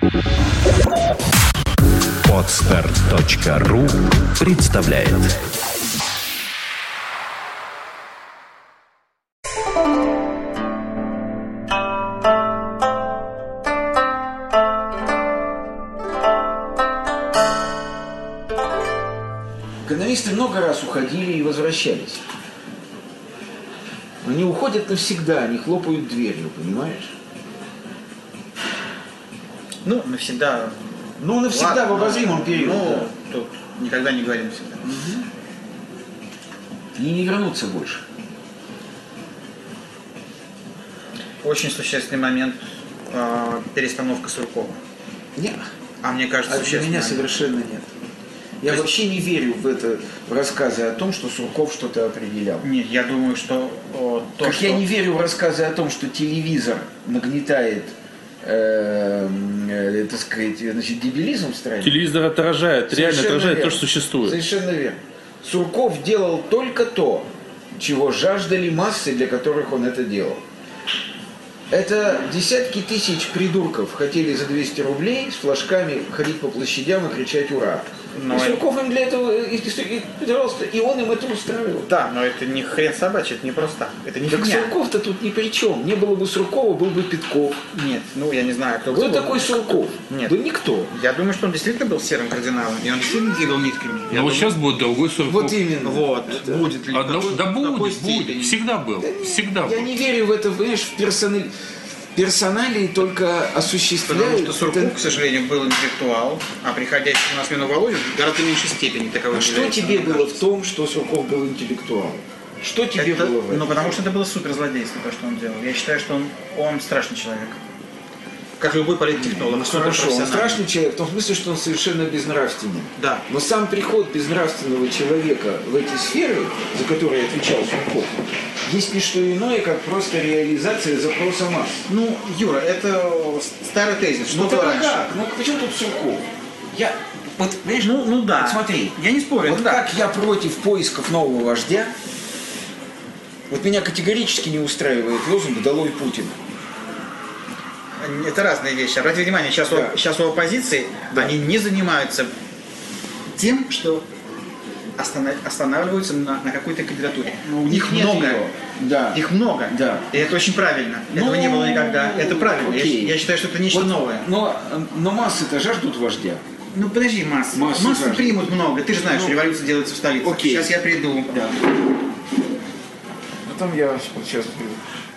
Podster.ru представляет. Экономисты много раз уходили и возвращались. Они уходят навсегда, они хлопают дверью, понимаешь? Ну, навсегда. Ну, навсегда. Ладно, в обозримом периоде. Ну, да. Тут никогда не говорим всегда. Угу. И не вернуться больше. Очень существенный момент перестановка Суркова. Нет. А мне кажется, для меня совершенно нет. Я вообще не верю в рассказы о том, что Сурков что-то определял. Нет, я думаю, что я не верю в рассказы о том, что телевизор нагнетает, так сказать, дебилизм в стране. Телевизор отражает, реально отражает то, что существует. Совершенно верно. Сурков делал только то, чего жаждали массы, для которых он это делал. Это десятки тысяч придурков хотели за 200 рублей с флажками ходить по площадям и кричать «Ура!». И Сурков им для этого, и он им это устраивал. Да, но это не хрен собачий, это не просто так. Это не так фигня. Сурков-то тут ни при чем. Не было бы Суркова, был бы Петков. Нет, ну я не знаю, кто был. Кто такой Сурков? Нет. Да никто. Я думаю, что он действительно был серым кардиналом, и он действительно двигал нитками. Но вот сейчас будет другой Сурков. Вот именно. Вот. Будет ли? Да будет. Всегда был. Всегда был. Я не верю в это, понимаешь, в персоналии только осуществляют. Потому что Сурков, к сожалению, был интеллектуал, а приходящий на смену Володю в гораздо меньшей степени таковым. А что тебе было в том, что Сурков был интеллектуалом? Что тебе было в этом? Ну, потому что это было суперзлодейство, то, что он делал. Я считаю, что он страшный человек. Как любой политтехнолог. Ну, хорошо, он страшный человек в том смысле, что он совершенно безнравственен. Да. Но сам приход безнравственного человека в эти сферы, за которые отвечал Сурков, есть не что иное, как просто реализация запроса масс. Ну, Юра, это старый тезис. Что ну, как? Ну, почему тут Сурков? Вот, понимаешь, ну да. Вот смотри, я не спорю. Вот как я против поисков нового вождя, вот меня категорически не устраивает лозунг «Долой Путина». Это разные вещи. Обратите внимание, сейчас у оппозиции они не занимаются тем, что останавливаются на какой-то кандидатуре. Ну, их много. Да. Их много. Да. И это очень правильно. Этого не было никогда. Это правильно. Я считаю, что это нечто новое. Но массы-то жаждут вождя. Ну подожди, массы примут много. Ты же знаешь, что революция делается в столице. Окей. Сейчас я приду. Да. Потом я сейчас приду.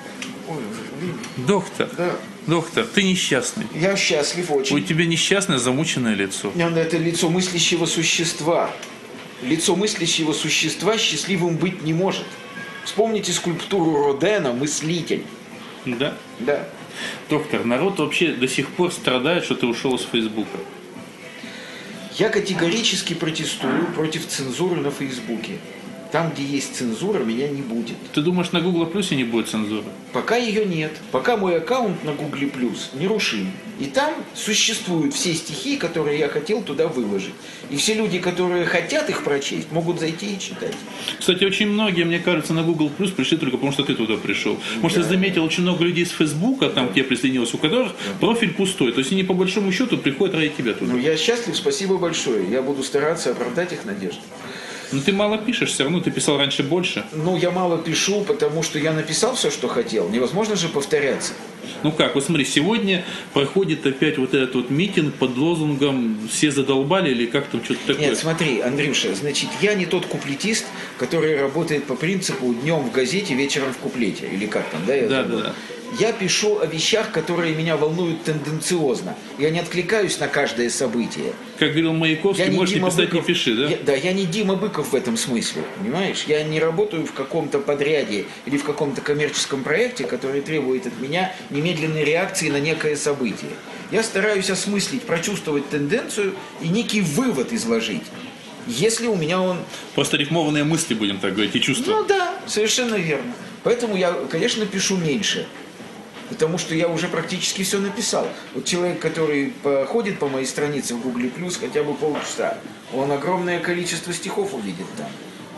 Доктор, да. Доктор, ты несчастный. Я счастлив очень. У тебя несчастное, замученное лицо. Это лицо мыслящего существа. Лицо мыслящего существа счастливым быть не может. Вспомните скульптуру Родена «Мыслитель». Да? Да. Доктор, народ вообще до сих пор страдает, что ты ушел из Фейсбука. Я категорически протестую против цензуры на Фейсбуке. Там, где есть цензура, меня не будет. Ты думаешь, на Google Плюсе не будет цензуры? Пока ее нет. Пока мой аккаунт на Google Плюс нерушим. И там существуют все стихи, которые я хотел туда выложить. И все люди, которые хотят их прочесть, могут зайти и читать. Кстати, очень многие, мне кажется, на Google Плюс пришли только потому, что ты туда пришел. Может, я заметил очень много людей с Фейсбука, там, где я присоединился, у которых профиль пустой. То есть они по большому счету приходят ради тебя туда. Ну, я счастлив, спасибо большое. Я буду стараться оправдать их надежды. Ну ты мало пишешь, все равно ты писал раньше больше. Ну, я мало пишу, потому что я написал все, что хотел. Невозможно же повторяться. Ну как, вот смотри, сегодня проходит опять вот этот вот митинг под лозунгом «Все задолбали» или как там что-то такое. Нет, смотри, Андрюша, значит, я не тот куплетист, который работает по принципу днем в газете, вечером в куплете. Или как там, да? Да. Я пишу о вещах, которые меня волнуют тенденциозно. Я не откликаюсь на каждое событие. Как говорил Маяковский, можешь не писать, не пиши, да? Я не Дима Быков в этом смысле, понимаешь? Я не работаю в каком-то подряде или в каком-то коммерческом проекте, который требует от меня немедленной реакции на некое событие. Я стараюсь осмыслить, прочувствовать тенденцию и некий вывод изложить. Если у меня он... Просто рифмованные мысли, будем так говорить, и чувства. Ну да, совершенно верно. Поэтому я, конечно, пишу меньше. Потому что я уже практически все написал. Вот человек, который ходит по моей странице в Google+, хотя бы полчаса, он огромное количество стихов увидит там.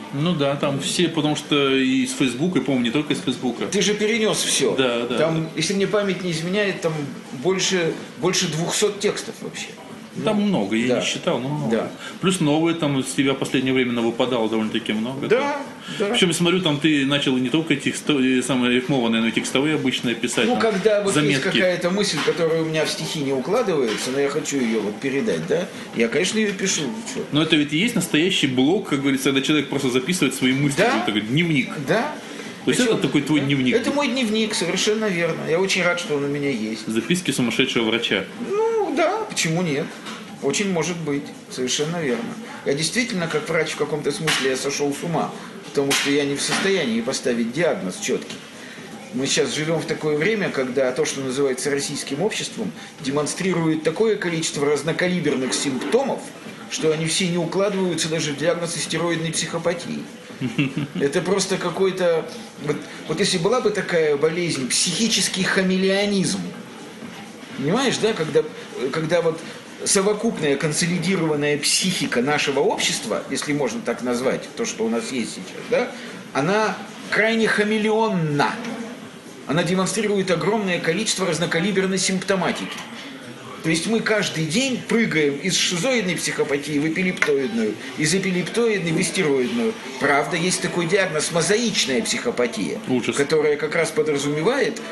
Ну да, там все, потому что и с Фейсбука, и, по-моему, не только из Фейсбука. Ты же перенес все. Да, да. Там, если мне память не изменяет, там больше 200 текстов вообще. Там много, я да. не считал, но много. Да. Плюс новые там с тебя в последнее время выпадало довольно-таки много. Да, да. Причем, я смотрю, там ты начал не только самые рифмованные, но и текстовые обычные писать. Ну, там, когда вот заметки. есть какая-то мысль, которая у меня в стихи не укладывается, но я хочу ее вот передать, да, я, конечно, ее пишу. Но это ведь и есть настоящий блог, как говорится, когда человек просто записывает свои мысли, Да. такой дневник. Да. То есть это такой твой дневник. Это мой дневник, совершенно верно. Я очень рад, что он у меня есть. Записки сумасшедшего врача. Ну, да, почему нет? Очень может быть, совершенно верно. Я действительно, как врач, в каком-то смысле я сошел с ума, потому что я не в состоянии поставить диагноз четкий. Мы сейчас живем в такое время, когда то, что называется российским обществом, демонстрирует такое количество разнокалиберных симптомов, что они все не укладываются даже в диагноз стероидной психопатии. Это просто какой-то... Вот если была бы такая болезнь, психический хамелеонизм, понимаешь, да, когда вот совокупная консолидированная психика нашего общества, если можно так назвать, то, что у нас есть сейчас, да, она крайне хамелеонна. Она демонстрирует огромное количество разнокалиберной симптоматики. То есть мы каждый день прыгаем из шизоидной психопатии в эпилептоидную, из эпилептоидной в истероидную. Правда, есть такой диагноз мозаичная психопатия, Ужас. которая как раз подразумевает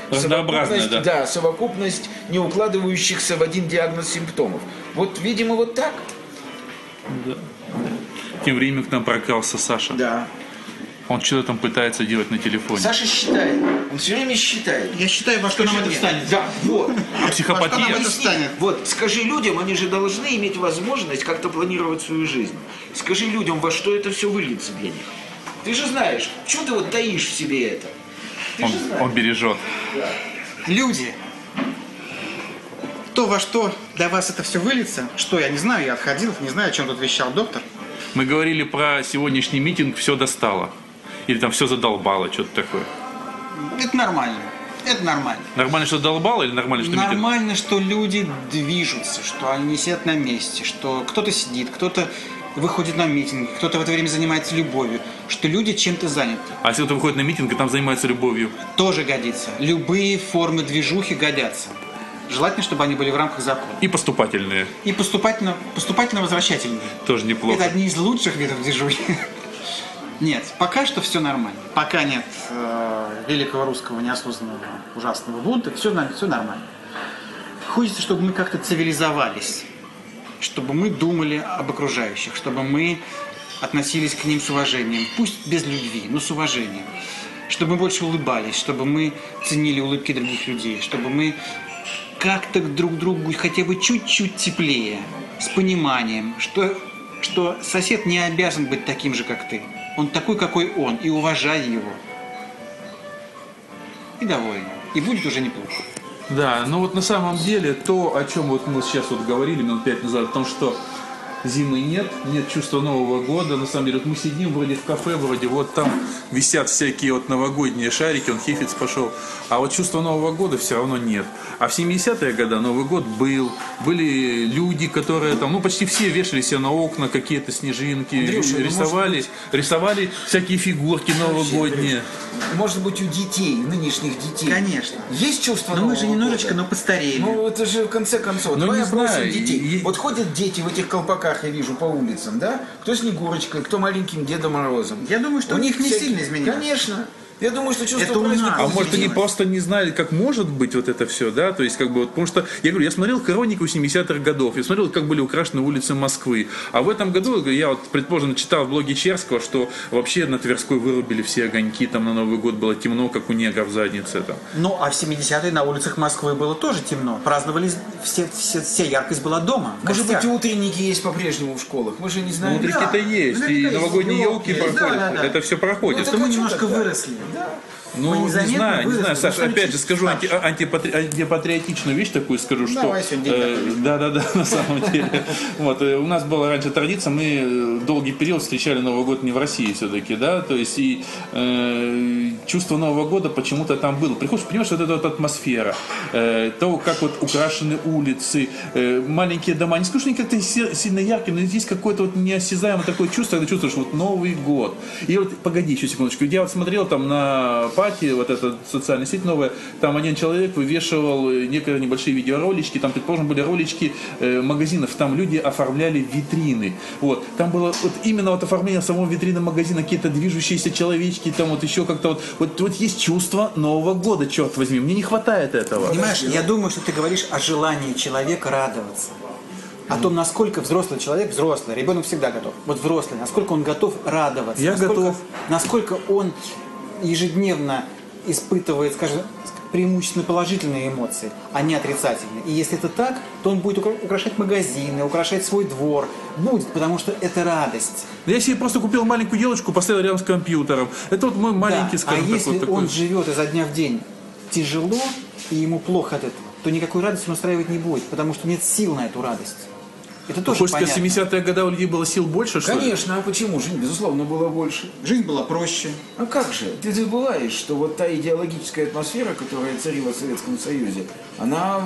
совокупность не укладывающихся в один диагноз симптомов. Вот, видимо, вот так. Да. Тем временем к нам прокрался Саша. Да. Он что-то там пытается делать на телефоне. Саша считает. Он все время считает. Я считаю, во что нам это встанет. Да, вот. Психопатия. Во что нам это встанет? Вот, скажи людям, они же должны иметь возможность как-то планировать свою жизнь. Скажи людям, во что это все выльется для них. Ты же знаешь, что ты вот таишь в себе это? Ты же знаешь. Он бережет. Люди, то, во что для вас это все выльется, что я не знаю, я отходил, не знаю, о чем тут вещал доктор. Мы говорили про сегодняшний митинг «Все достало». Или там «Все задолбало», что-то такое. Это нормально. Это нормально. Нормально, что задолбало, или нормально, что митинг? Нормально, что люди движутся, что они не сидят на месте, что кто-то сидит, кто-то выходит на митинг, кто-то в это время занимается любовью, что люди чем-то заняты. А если кто-то выходит на митинг и там занимается любовью? Тоже годится. Любые формы движухи годятся. Желательно, чтобы они были в рамках закона. И поступательные. И поступательно-возвращательные. Тоже неплохо. Это одни из лучших видов движухи. Нет, пока что все нормально. Пока нет великого русского неосознанного ужасного бунта, все нормально. Хочется, чтобы мы как-то цивилизовались, чтобы мы думали об окружающих, чтобы мы относились к ним с уважением, пусть без любви, но с уважением, чтобы мы больше улыбались, чтобы мы ценили улыбки других людей, чтобы мы как-то друг к другу хотя бы чуть-чуть теплее, с пониманием, что сосед не обязан быть таким же, как ты. Он такой, какой он, и уважай его. И доволен. И будет уже неплохо. Да, но вот на самом деле то, о чем вот мы сейчас вот говорили минут 5 назад, о том, что зимы нет чувства Нового года. На самом деле, вот мы сидим вроде в кафе, вроде вот там висят всякие вот новогодние шарики, он Хефиц пошел. А вот чувства Нового года все равно нет. А в 70-е годы Новый год был. Были люди, которые там, ну почти все вешали себе на окна какие-то снежинки, Андрюша, рисовали всякие фигурки новогодние. Может быть, у детей, нынешних детей. Конечно. Есть чувство Но Нового мы же немножечко, года? но постарели. Ну, это же в конце концов. Ну, Давай не опросим знаю. детей. Вот ходят дети в этих колпаках, я вижу, по улицам, да? Кто Снегурочкой, кто маленьким Дедом Морозом. Я думаю, что у них не сильно изменилось. Конечно. Я думаю, что чувство Это у праздника нас. А может, они изменилось. просто не знали, как может быть вот это все, да? То есть, как бы, вот, потому что, я говорю, я смотрел хронику 70-х годов, я смотрел, как были украшены улицы Москвы. А в этом году, я вот, предположим, читал в блоге Черского, что вообще на Тверской вырубили все огоньки, там на Новый год было темно, как у негра в заднице. Там. Ну, а в 70-е на улицах Москвы было тоже темно. Праздновали, вся яркость была дома. в Может быть, гостях. и утренники есть по-прежнему в школах. Мы же не знаем. Утренники-то есть, и наверняка есть. новогодние елки Есть, проходят, да. это все проходит. Это мы немножко тогда? выросли. Да. Ну, мы не незаметно знаю, выросли, Саша, стали опять же чуть скажу старше. антипатриотичную вещь такую скажу, что... Давай сегодня день такой. Да, на самом деле. Вот, у нас была раньше традиция, мы долгий период встречали Новый год не в России все-таки, да, то есть и чувство Нового года почему-то там было. Приходишь, понимаешь, вот эта вот атмосфера, то, как вот украшены улицы, маленькие дома, не скажу, что они как-то сильно яркие, но здесь какое-то вот неосязаемое такое чувство, когда чувствуешь вот Новый год. И вот, погоди еще секундочку, я вот смотрел там на пати, вот эта социальная сеть новая, там один человек вывешивал некие небольшие видеоролички, там, предположим, были ролички магазинов, там люди оформляли витрины. Вот. Там было вот именно вот оформление самого витрины магазина, какие-то движущиеся человечки, там вот еще как-то вот есть чувство Нового года, черт возьми, мне не хватает этого. Понимаешь, я думаю, что ты говоришь о желании человека радоваться. О том, насколько взрослый человек, ребенок всегда готов. Вот взрослый, насколько он готов радоваться. Я готов. Насколько он ежедневно испытывает, скажем, преимущественно положительные эмоции, а не отрицательные. И если это так, то он будет украшать магазины, украшать свой двор. Будет, потому что это радость. Я себе просто купил маленькую елочку, поставил рядом с компьютером. Это вот мой маленький, Да. скажем А так, если вот такой. он живет изо дня в день тяжело, и ему плохо от этого, то никакой радости он устраивать не будет, потому что нет сил на эту радость. Это тоже Хочешь сказать, в понятно. 70-е годы у людей было сил больше, что ли? Конечно, а почему? Жизнь, безусловно, была больше. Жизнь была проще. А как же? Ты забываешь, что вот та идеологическая атмосфера, которая царила в Советском Союзе, она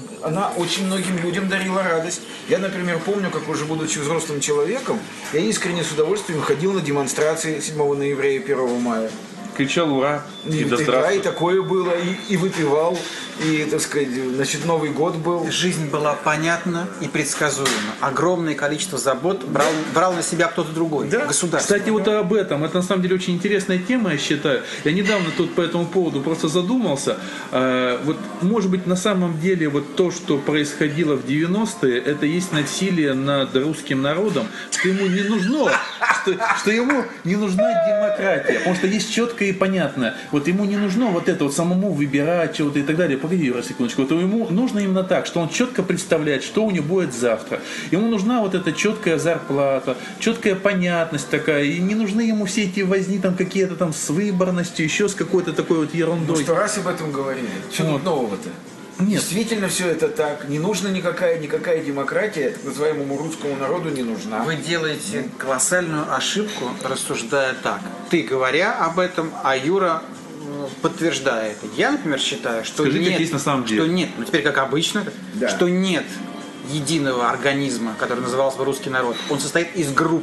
очень многим людям дарила радость. Я, например, помню, как уже будучи взрослым человеком, я искренне с удовольствием ходил на демонстрации 7 ноября и 1 мая. Кричал ура, и да И здравствуй. такое было, и выпивал, и, так сказать, значит, Новый год был. Жизнь была понятна и предсказуема. Огромное количество забот брал на себя кто-то другой. Государство. Кстати, вот об этом. Это на самом деле очень интересная тема, я считаю. Я недавно тут по этому поводу просто задумался. Вот, может быть, на самом деле вот то, что происходило в 90-е, это есть насилие над русским народом, что ему не нужно, что ему не нужна демократия, потому что есть четкое и понятное. Вот ему не нужно вот это вот самому выбирать чего-то и так далее. Погоди, Юра, секундочку. Вот ему нужно именно так, что он четко представляет, что у него будет завтра. Ему нужна вот эта четкая зарплата, четкая понятность такая. И не нужны ему все эти возни там какие-то там с выборностью, еще с какой-то такой вот ерундой. 100 раз об этом говорили. Что Вот. тут нового-то? Нет. Действительно все это так. Не нужна никакая демократия, так называемому русскому народу не нужна. Вы делаете колоссальную ошибку, рассуждая так. Ты говоря об этом, а Юра подтверждая это. Я, например, считаю, что Скажи, нет, как есть на самом деле. что нет, ну теперь как обычно, Да. что нет единого организма, который назывался бы русский народ. Он состоит из групп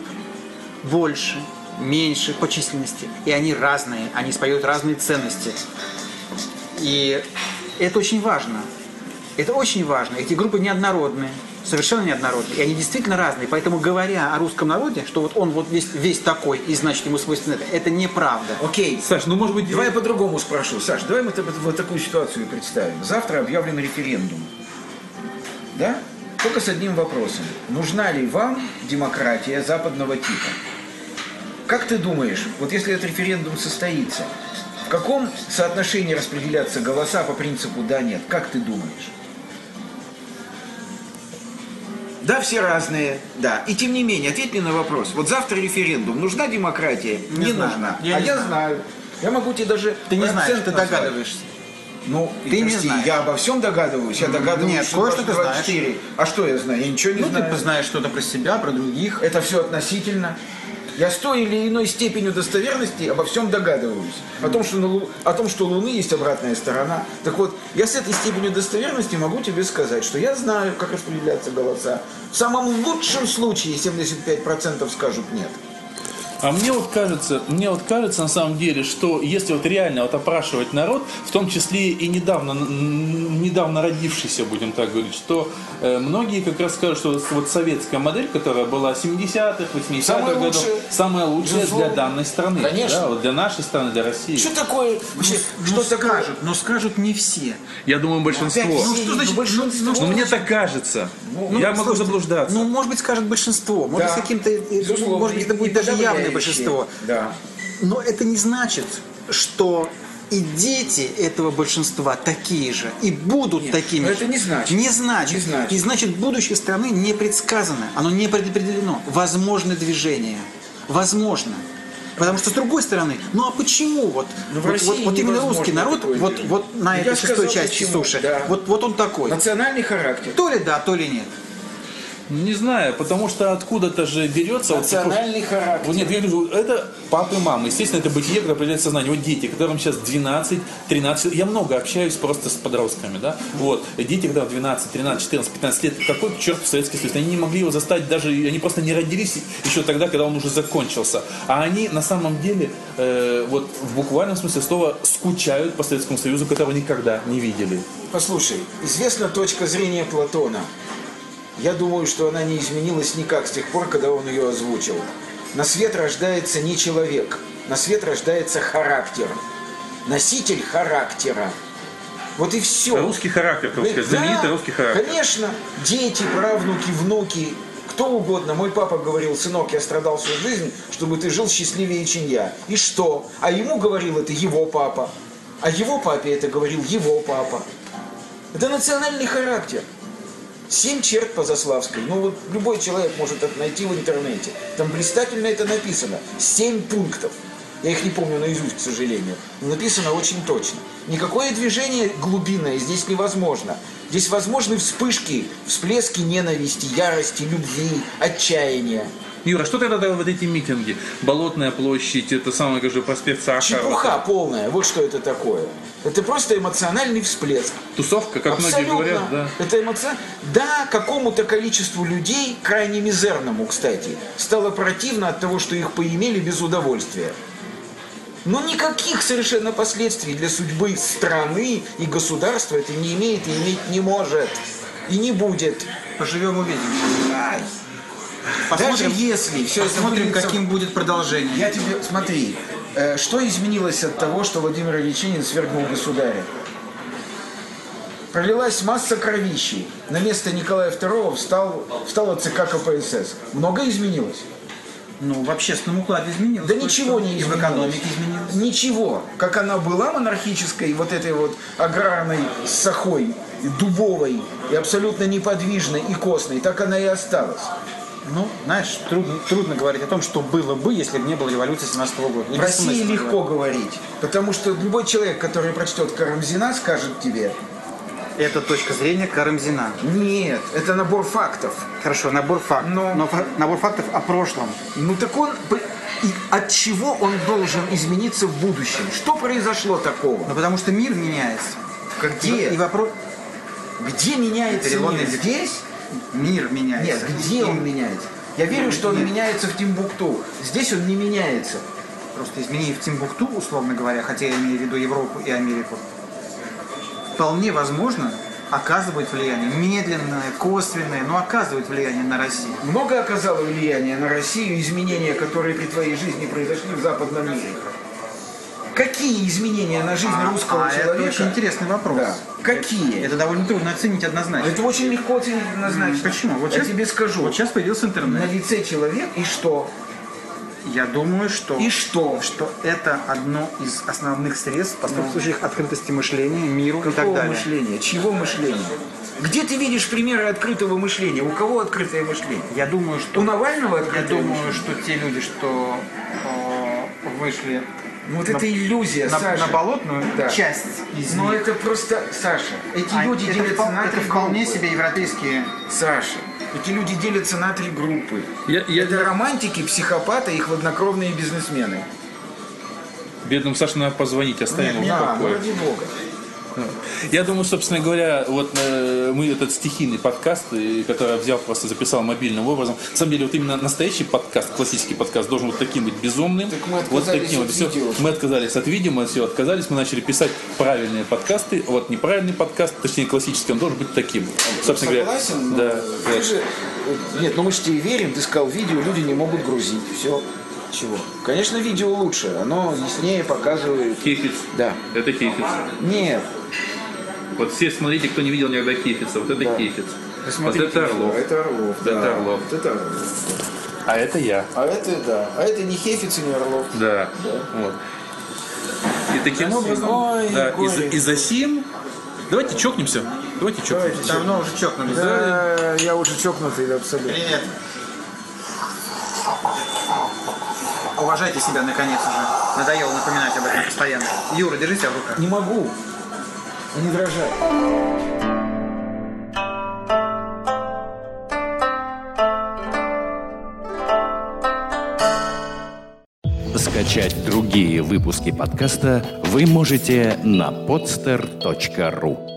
больше, меньше по численности, и они разные, они исповедуют разные ценности. И это очень важно. Это очень важно. Эти группы неоднородные, совершенно неоднородные. И они действительно разные. Поэтому, говоря о русском народе, что вот он вот весь такой, и значит ему свойственно это неправда. Окей. Саш, ну может быть... Давай я по-другому спрошу. Саш, давай мы вот такую ситуацию представим. Завтра объявлен референдум. Да? Только с одним вопросом. Нужна ли вам демократия западного типа? Как ты думаешь, вот если этот референдум состоится, в каком соотношении распределятся голоса по принципу «да-нет»? Как ты думаешь? Да, все разные, да. И тем не менее, ответь мне на вопрос. Вот завтра референдум. Нужна демократия? Не знаю. нужна. Я не знаю. знаю. Я могу тебе даже Ты не знаешь, процент ты назвать. догадываешься. Ну, Ты не прости, знаешь. я обо всем догадываюсь. Я догадываюсь, Нет, что кое-что ты 24. А что я знаю? Я ничего не Ну, знаю. ты знаешь что-то про себя, про других. Это все относительно. Я с той или иной степенью достоверности обо всем догадываюсь. О том, что у Луны есть обратная сторона. Так вот, я с этой степенью достоверности могу тебе сказать, что я знаю, как распределяться голоса. В самом лучшем случае 75% скажут нет. А мне вот кажется на самом деле, что если вот реально вот опрашивать народ, в том числе и недавно родившийся, будем так говорить, что многие как раз скажут, что вот советская модель, которая была 70-х, 80-х годов, самая лучшая безусловно. для данной страны. Конечно. Да, вот для нашей страны, для России. Что такое? Вообще, Ну, что такое? скажут, но скажут не все. Я думаю, большинство. Опять все, что значит большинство? Но мне так кажется. Я могу слушайте, заблуждаться. Ну, может быть, скажет большинство, может Да. быть, с каким-то, Безусловно. может быть, это будет И даже явное подавляющее. большинство. Да. Но это не значит, что и дети этого большинства такие же, и будут такими но же. это не значит. Не значит. Не значит. И значит, будущее страны не предсказано, оно не предопределено. Возможны движения. Возможно. Потому что с другой стороны, ну а почему вот именно русский народ вот на этой шестой части суши, да. вот он такой? Национальный характер. То ли да, то ли нет. Не знаю, потому что откуда-то же берется... Национальный характер. Вот нет, я говорю, это папа и мама. Естественно, это бытие, которое определяет сознание. Вот дети, которым сейчас 12, 13... Я много общаюсь просто с подростками, да? Вот. Дети, когда 12, 13, 14, 15 лет, какой черт в Советский Союз? Они не могли его застать даже... Они просто не родились еще тогда, когда он уже закончился. А они на самом деле, вот в буквальном смысле слова, скучают по Советскому Союзу, которого никогда не видели. Послушай, известна точка зрения Платона. Я думаю, что она не изменилась никак с тех пор, когда он ее озвучил. На свет рождается не человек, на свет рождается характер. Носитель характера. Вот и все. Русский характер, так сказать, знаменитый русский характер. Конечно, дети, правнуки, внуки, кто угодно. Мой папа говорил: сынок, я страдал всю жизнь, чтобы ты жил счастливее, чем я. И что? А ему говорил это его папа. А его папе это говорил его папа. Это национальный характер. 7 черт по Заславской. Ну вот любой человек может это найти в интернете. Там блистательно это написано. 7 пунктов. Я их не помню наизусть, к сожалению. Но написано очень точно. Никакое движение глубинное здесь невозможно. Здесь возможны вспышки, всплески ненависти, ярости, любви, отчаяния. Юра, что тогда вот эти митинги? Болотная площадь, это самый, кажется, проспект Сахарова. Чепуха полная. Вот что это такое. Это просто эмоциональный всплеск. Тусовка, как Абсолютно. многие говорят, да. Это Да, какому-то количеству людей, крайне мизерному, кстати, стало противно от того, что их поимели без удовольствия. Но никаких совершенно последствий для судьбы страны и государства это не имеет и иметь не может. И не будет. Поживем, увидим. Даже если все это Посмотрим, выльется... каким будет продолжение. Я тебе... Смотри, что изменилось от того, что Владимир Ильич Ленин свергнул государя? Пролилась масса кровищей. На место Николая II встала ЦК КПСС. Многое изменилось? Ну, в общественном укладе изменилось. Да ничего не изменилось. И в экономике изменилось. Ничего. Как она была монархической, вот этой вот аграрной сахой, дубовой, и абсолютно неподвижной и костной, так она и осталась. Ну, знаешь, трудно говорить о том, что было бы, если бы не было революции 17 года. В России легко говорить, потому что любой человек, который прочтет Карамзина, скажет тебе... Это точка зрения Карамзина. Нет, это набор фактов. Хорошо, набор фактов. Но набор фактов о прошлом. Ну так он... И от чего он должен измениться в будущем? Что произошло такого? Ну потому что мир меняется. Где? И вопрос... Где меняется мир? Здесь? Мир меняется. Нет, где он меняется? Я верю, что он меняется в Тимбукту. Здесь он не меняется. Просто изменение в Тимбукту, условно говоря, хотя я имею в виду Европу и Америку, вполне возможно оказывает влияние. Медленное, косвенное, но оказывает влияние на Россию. Много оказало влияния на Россию изменения, которые при твоей жизни произошли в западном мире? Какие изменения на жизнь русского человека? Это очень интересный вопрос. Да. Какие? Это довольно трудно оценить однозначно. Это очень легко оценить однозначно. Почему? Вот я сейчас, тебе скажу. Вот сейчас появился интернет. На лице человек и что? Я думаю, что... И что? Что это одно из основных средств, способствующих открытости мышления, миру и так Какого далее. мышления? Чего мышления? Где ты видишь примеры открытого мышления? У кого открытое мышление? Я думаю, что... У Навального открытое Я думаю, мышление? что те люди, что вышли Вот это иллюзия, Саша. на болотную часть из Но них. это просто, Саша, эти люди это делятся на это три вполне группы. себе европейские... Саша, эти люди делятся на 3 группы. Я Романтики, психопаты и хладнокровные бизнесмены. бедному Саше надо позвонить, оставим его в Ну покое. ради бога. Я думаю, собственно говоря, вот мы этот стихийный подкаст, который я взял, просто записал мобильным образом. На самом деле, вот именно настоящий подкаст, классический подкаст, должен вот таким быть безумным. Так мы вот отказались таким от вот. Все. видео. Мы отказались от видео, мы все отказались, мы начали писать правильные подкасты. Вот неправильный подкаст, точнее классический, он должен быть таким. Собственно Согласен, но говоря, ты же... Нет, ну мы же тебе верим, ты сказал, видео люди не могут грузить. Все. Чего? Конечно, видео лучше, оно яснее показывает... Хейфиц. Да. Это Хейфиц. Нет. Вот все смотрите, кто не видел никогда Хейфица. Вот это Да. Хейфиц. Вот Посмотрите, это Орлов. Это Орлов. Это да. Орлов. Вот это Орлов. А это я. А это да. А это не Хейфиц и не Орлов. Да. Вот. И таким образом, Ой, да, горе. и за сим, давайте чокнемся. Давайте чокнемся. Давно уже чокнулись. Да, я уже чокнутый абсолютно. Привет. Уважайте себя, наконец уже. Надоело напоминать об этом постоянно. Юра, держи себя в руках. Не могу. Не дрожать. Скачать другие выпуски подкаста вы можете на podster.ru.